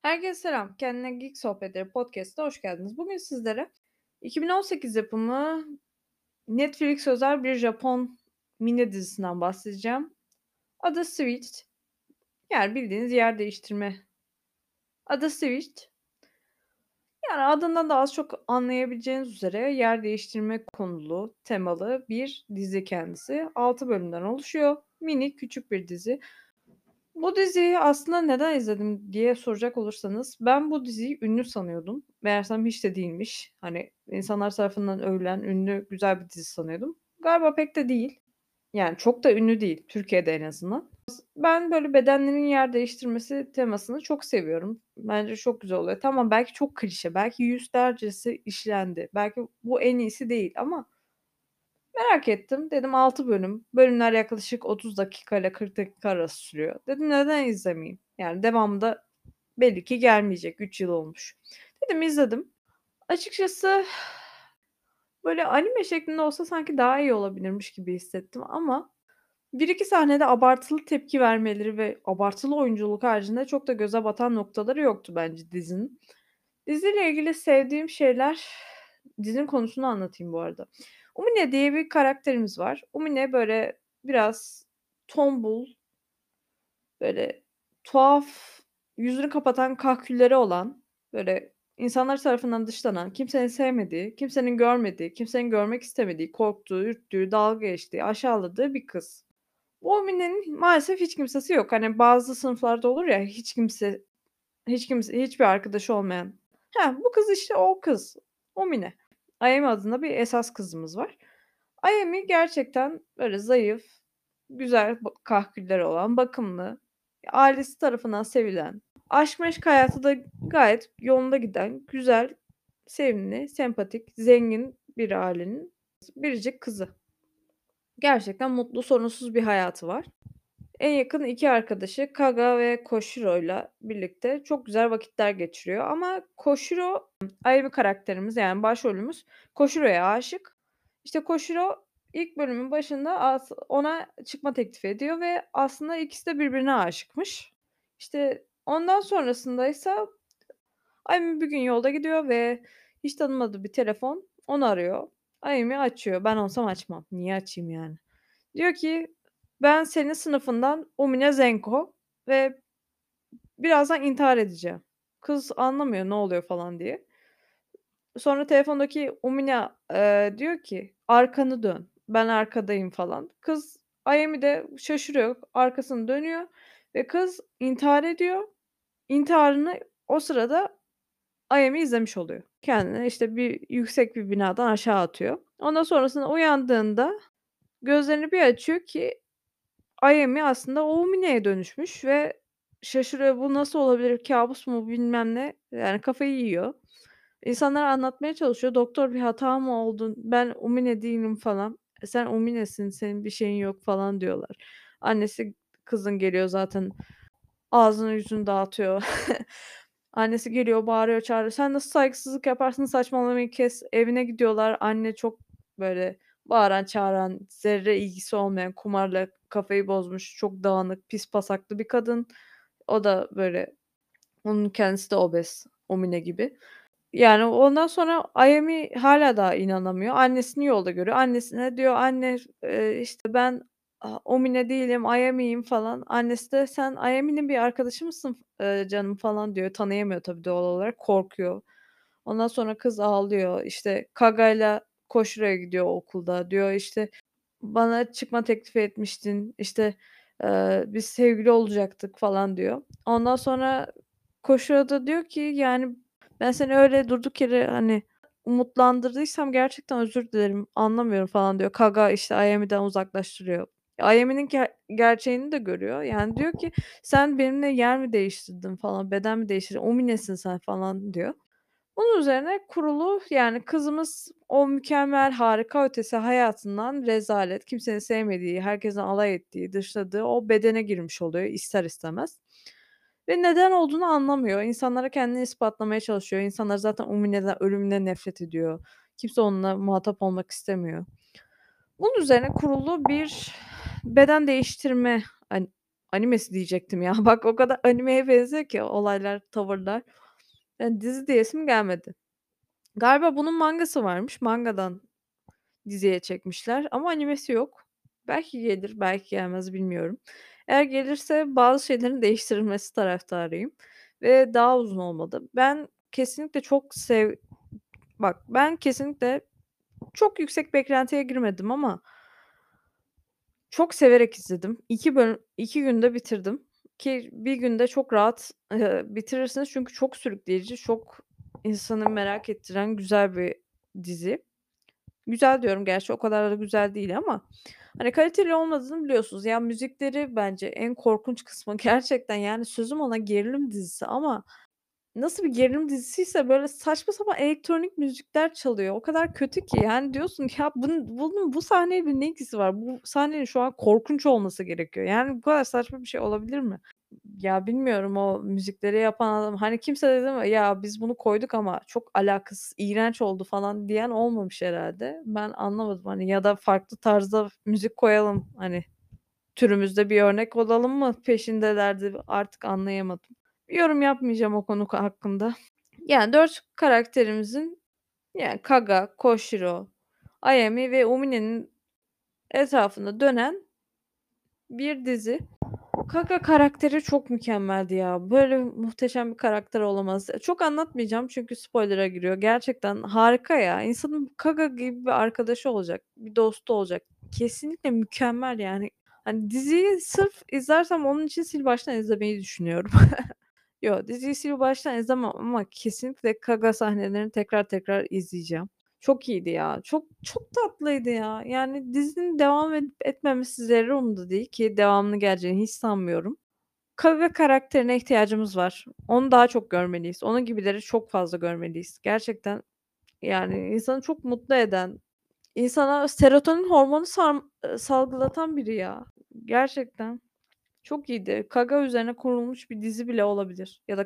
Herkese selam. Kendine Geek Sohbetleri Podcast'a hoş geldiniz. Bugün sizlere 2018 yapımı Netflix özel bir Japon mini dizisinden bahsedeceğim. Adı Switch. Yani bildiğiniz yer değiştirme. Adı Switch. Yani adından da az çok anlayabileceğiniz üzere yer değiştirme konulu, temalı bir dizi kendisi. 6 bölümden oluşuyor. Mini küçük bir dizi. Bu diziyi aslında neden izledim diye soracak olursanız, ben bu diziyi ünlü sanıyordum. Meğersem hiç de değilmiş. Hani, insanlar tarafından övülen, ünlü, güzel bir dizi sanıyordum. Galiba pek de değil. Yani çok da ünlü değil, Türkiye'de en azından. Ben böyle bedenlerin yer değiştirmesi temasını çok seviyorum. Bence çok güzel oluyor. Tamam, belki çok klişe, belki yüzlercesi işlendi. Belki bu en iyisi değil ama merak ettim. Dedim 6 bölüm. Bölümler yaklaşık 30 dakika ile 40 dakika arası sürüyor. Dedim neden izlemeyeyim? Yani devamı da belli ki gelmeyecek. 3 yıl olmuş. Dedim izledim. Açıkçası böyle anime şeklinde olsa sanki daha iyi olabilirmiş gibi hissettim ama bir iki sahnede abartılı tepki vermeleri ve abartılı oyunculuk haricinde çok da göze batan noktaları yoktu bence dizinin. Diziyle ilgili sevdiğim şeyler dizinin konusunu anlatayım bu arada. Umine diye bir karakterimiz var. Umine böyle biraz tombul, böyle tuhaf, yüzünü kapatan kahkülleri olan, böyle insanlar tarafından dışlanan, kimsenin sevmediği, kimsenin görmediği, kimsenin görmek istemediği, korktuğu, ürktüğü, dalga geçtiği, aşağıladığı bir kız. Bu Umine'nin maalesef hiç kimsesi yok. Hani bazı sınıflarda olur ya hiç kimse, hiçbir arkadaşı olmayan. Heh, bu kız işte o kız. O Mine. Ayemi adında bir esas kızımız var. Ayemi gerçekten böyle zayıf, güzel kahkülleri olan, bakımlı, ailesi tarafından sevilen, aşk meşk hayatı da gayet yolunda giden, güzel, sevimli, sempatik, zengin bir ailenin biricik kızı. Gerçekten mutlu, sorunsuz bir hayatı var. En yakın 2 arkadaşı Kaga ve Koshiro'yla birlikte çok güzel vakitler geçiriyor ama Koshiro, Ayumi karakterimiz, yani başrolümüz Koshiro'ya aşık. İşte Koshiro ilk bölümün başında ona çıkma teklif ediyor ve aslında ikisi de birbirine aşıkmış. İşte ondan sonrasındaysa Ayumi bir gün yolda gidiyor ve hiç tanımadığı bir telefon onu arıyor. Ayumi açıyor. Ben olsam açmam. Niye açayım yani? Diyor ki, "Ben senin sınıfından Umine Zenko ve birazdan intihar edeceğim." Kız anlamıyor ne oluyor falan diye. Sonra telefondaki Umine, diyor ki, "Arkanı dön, ben arkadayım." falan. Kız Ayemi de şaşırıyor, arkasını dönüyor ve kız intihar ediyor. İntiharını o sırada Ayemi izlemiş oluyor. Kendini, işte, yüksek bir binadan aşağı atıyor. Ondan sonrasında uyandığında gözlerini bir açıyor ki Ayemi aslında o Umine'ye dönüşmüş ve şaşırıyor. Bu nasıl olabilir, kâbus mu bilmem ne. Yani kafayı yiyor. İnsanlara anlatmaya çalışıyor. Doktor bir hata mı oldu? Ben Umine değilim falan. Sen Umine'sin, senin bir şeyin yok falan diyorlar. Annesi kızın geliyor zaten ağzını yüzünü dağıtıyor. Annesi geliyor, bağırıyor, çağırıyor. "Sen nasıl saygısızlık yaparsın, saçmalamayı kes." Evine gidiyorlar. Anne çok böyle bağıran, çağıran, zerre ilgisi olmayan, kumarla kafayı bozmuş, çok dağınık, pis pasaklı bir kadın. O da böyle onun kendisi de obez, Omine gibi. Yani ondan sonra Ayemi hâlâ daha inanamıyor. Annesini yolda görüyor. Annesine diyor, "Anne, işte, ben Omine değilim, Ayemi'yim." falan. Annesi de, "Sen Ayemi'nin bir arkadaşı mısın canım?" falan diyor. Tanıyamıyor tabii doğal olarak, korkuyor. Ondan sonra kız ağlıyor. İşte, Kaga'yla koşuya gidiyor okulda. Diyor, işte, "Bana çıkma teklif etmiştin, işte, biz sevgili olacaktık." falan diyor. Ondan sonra Koşuya da diyor ki, yani, "Ben seni öyle durduk yere, hani, umutlandırdıysam gerçekten özür dilerim, anlamıyorum." falan diyor. Kaga, işte, Ayami'den uzaklaştırıyor. Ayami'nin gerçeğini de görüyor. Yani, diyor ki, "Sen benimle yer mi değiştirdin falan, beden mi değiştirdin, Omine'sin sen." falan diyor. Bunun üzerine kurulu, yani, kızımız o mükemmel, harika ötesi hayatından rezalet, kimsenin sevmediği, herkesin alay ettiği, dışladığı o bedene girmiş oluyor ister istemez ve neden olduğunu anlamıyor. İnsanlara kendini ispatlamaya çalışıyor. İnsanlar zaten Umine'den ölümünden nefret ediyor. Kimse onunla muhatap olmak istemiyor. Bunun üzerine kurulu bir beden değiştirme animesi diyecektim ya. Bak o kadar animeye benziyor ki olaylar, tavırlar. Yani dizi diyesim gelmedi. Galiba bunun mangası varmış. Mangadan diziye çekmişler ama animesi yok. Belki gelir, belki gelmez bilmiyorum. Eğer gelirse bazı şeylerin değiştirilmesi taraftarıyım ve daha uzun olmalı. Kesinlikle çok sev ben kesinlikle çok yüksek beklentiye girmedim ama çok severek izledim. 2 günde bitirdim ki bir günde çok rahat, bitirirsiniz çünkü çok sürükleyici, çok insanı merak ettiren güzel bir dizi. Güzel diyorum gerçi o kadar da güzel değil ama hani kaliteli olmadığını biliyorsunuz. Ya, müzikleri bence en korkunç kısmı gerçekten, yani, sözüm ona gerilim dizisi ama nasıl bir gerilim dizisiyse böyle saçma sapan elektronik müzikler çalıyor. O kadar kötü ki, yani, diyorsun ki ya bunun bu sahneyle ne ilgisi var? Bu sahnenin şu an korkunç olması gerekiyor. Yani, bu kadar saçma bir şey olabilir mi? Ya, bilmiyorum o müzikleri yapan adam, hani, kimse de değil mi, "Ya, biz bunu koyduk ama çok alakasız, iğrenç oldu." falan diyen olmamış herhâlde. Ben anlamadım, hani, ya da farklı tarzda müzik koyalım, hani, türümüzde bir örnek olalım mı peşindelerdi artık anlayamadım. Yorum yapmayacağım o konu hakkında. Yani 4 karakterimizin, yani Kaga, Koshiro, Ayami ve Umine'nin etrafında dönen bir dizi. Kaka karakteri çok mükemmeldi ya. Böyle muhteşem bir karakter olamaz. Çok anlatmayacağım çünkü spoiler'a giriyor. Gerçekten harika ya. İnsanın Kaka gibi bir arkadaşı olacak, bir dostu olacak. Kesinlikle mükemmel yani. Hani diziyi sırf izlersem onun için sil baştan izlemeyi düşünüyorum. Yo, diziyi sil baştan izlemem ama kesinlikle Kaga sahnelerini tekrar tekrar izleyeceğim. Çok iyiydi ya. Çok çok tatlıydı ya. Yani dizinin devam edip etmemesi zerre umurumda değil ki devamını geleceğini hiç sanmıyorum. Kaga karakterine ihtiyacımız var. Onu daha çok görmeliyiz. Onun gibileri çok fazla görmeliyiz. Gerçekten, yani, insanı çok mutlu eden, insana serotonin hormonu salgılatan biri ya. Gerçekten. Çok iyiydi. Kaga üzerine kurulmuş bir dizi bile olabilir ya da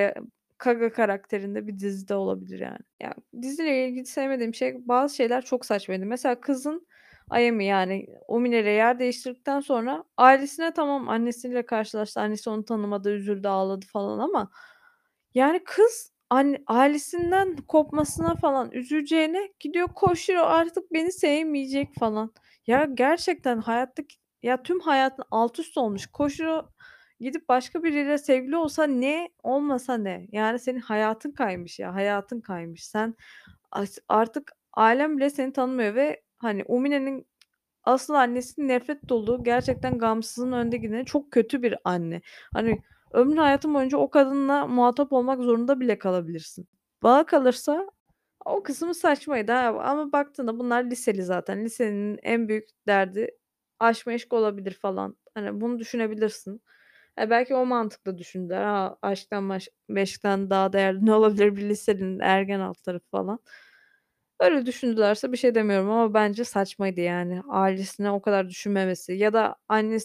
Kaga karakterinde bir dizi de olabilir yani. Ya, diziyle ilgili sevmediğim bazı şeyler çok saçmaydı. Mesela kızın Ayami yani Umine'yle yer değiştirdikten sonra ailesine tamam annesiyle karşılaştı. Annesi onu tanımadı, üzüldü, ağladı falan ama yani kız ailesinden kopmasına falan üzüleceğine gidiyor koşuyor artık beni sevmeyecek falan. Ya, gerçekten tüm hayatın alt üst olmuş. Koşu gidip başka biriyle sevgili olsa ne, olmasa ne? Yani senin hayatın kaymış ya, hayatın kaymış. Sen artık ailen bile seni tanımıyor ve, hani, Umine'nin asıl annesi nefret dolu, gerçekten gamsızın önde gideni çok kötü bir anne. Hani, ömrün hayatın boyunca o kadınla muhatap olmak zorunda bile kalabilirsin. Bana kalırsa o kısmı saçmaydı ha ama baktığında bunlar liseli zaten. Lisenin en büyük derdi aşk meşk olabilir falan. Hani, bunu düşünebilirsin. Belki o mantıkla düşündüler. Aşktan meşkten daha değerli ne olabilir bir lisenin ergen alt tarafı falan. Öyle düşündülerse bir şey demiyorum ama bence saçmaydı yani. Ailesine o kadar düşünmemesi ya da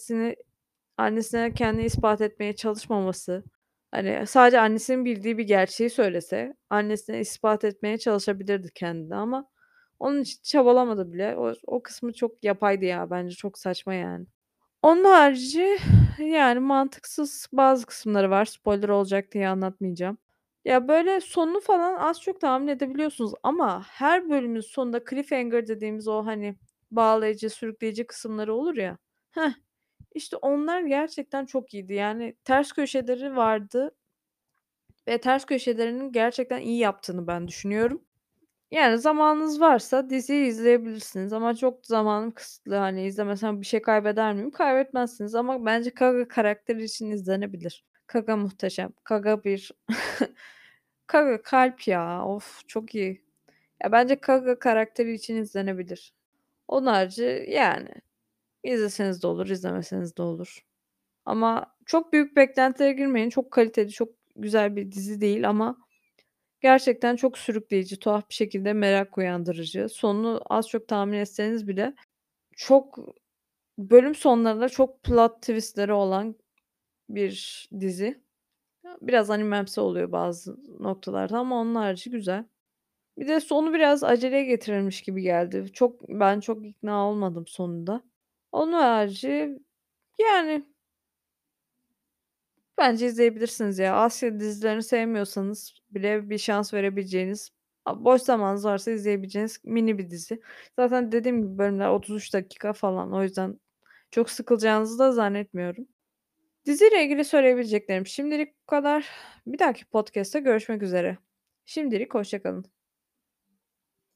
annesine kendini ispat etmeye çalışmaması. Hani, sadece annesinin bildiği bir gerçeği söylese, annesine ispat etmeye çalışabilirdi kendini ama onun için çabalamadı bile. O kısmı çok yapaydı ya, bence çok saçma yani. Onun harici, yani, mantıksız bazı kısımları var. Spoiler olacak diye anlatmayacağım. Ya, böyle, sonunu falan az çok tahmin edebiliyorsunuz ama her bölümün sonunda cliffhanger dediğimiz o, hani, bağlayıcı, sürükleyici kısımları olur ya, heh, işte, onlar gerçekten çok iyiydi. Yani, ters köşeleri vardı ve ters köşelerinin gerçekten iyi yaptığını ben düşünüyorum. Yani, zamanınız varsa diziyi izleyebilirsiniz ama çok zamanım kısıtlı. Hani, izlemesem bir şey kaybeder miyim? Kaybetmezsiniz ama bence Kaga karakteri için izlenebilir. Kaga muhteşem. Kaga kalp ya. Of, çok iyi. Ya, bence Kaga karakteri için izlenebilir. Onun harici, yani, izleseniz de olur, izlemeseniz de olur. Ama çok büyük beklentilere girmeyin. Çok kaliteli, çok güzel bir dizi değil ama gerçekten çok sürükleyici, tuhaf bir şekilde merak uyandırıcı. Sonunu az çok tahmin etseniz bile çok bölüm sonlarında çok plot twist'leri olan bir dizi. Biraz animemsi oluyor bazı noktalarda ama onun harici güzel. Bir de sonu biraz aceleye getirilmiş gibi geldi. Ben çok ikna olmadım sonunda. Onun harici, yani, Bence izleyebilirsiniz ya. Asya dizilerini sevmiyorsanız bile bir şans verebileceğiniz, boş zamanınız varsa izleyebileceğiniz mini bir dizi. Zaten dediğim gibi bölümler 33 dakika falan. O yüzden çok sıkılacağınızı da zannetmiyorum. Diziyle ilgili söyleyebileceklerim şimdilik bu kadar. Bir dahaki podcast'te görüşmek üzere. Şimdilik hoşça kalın.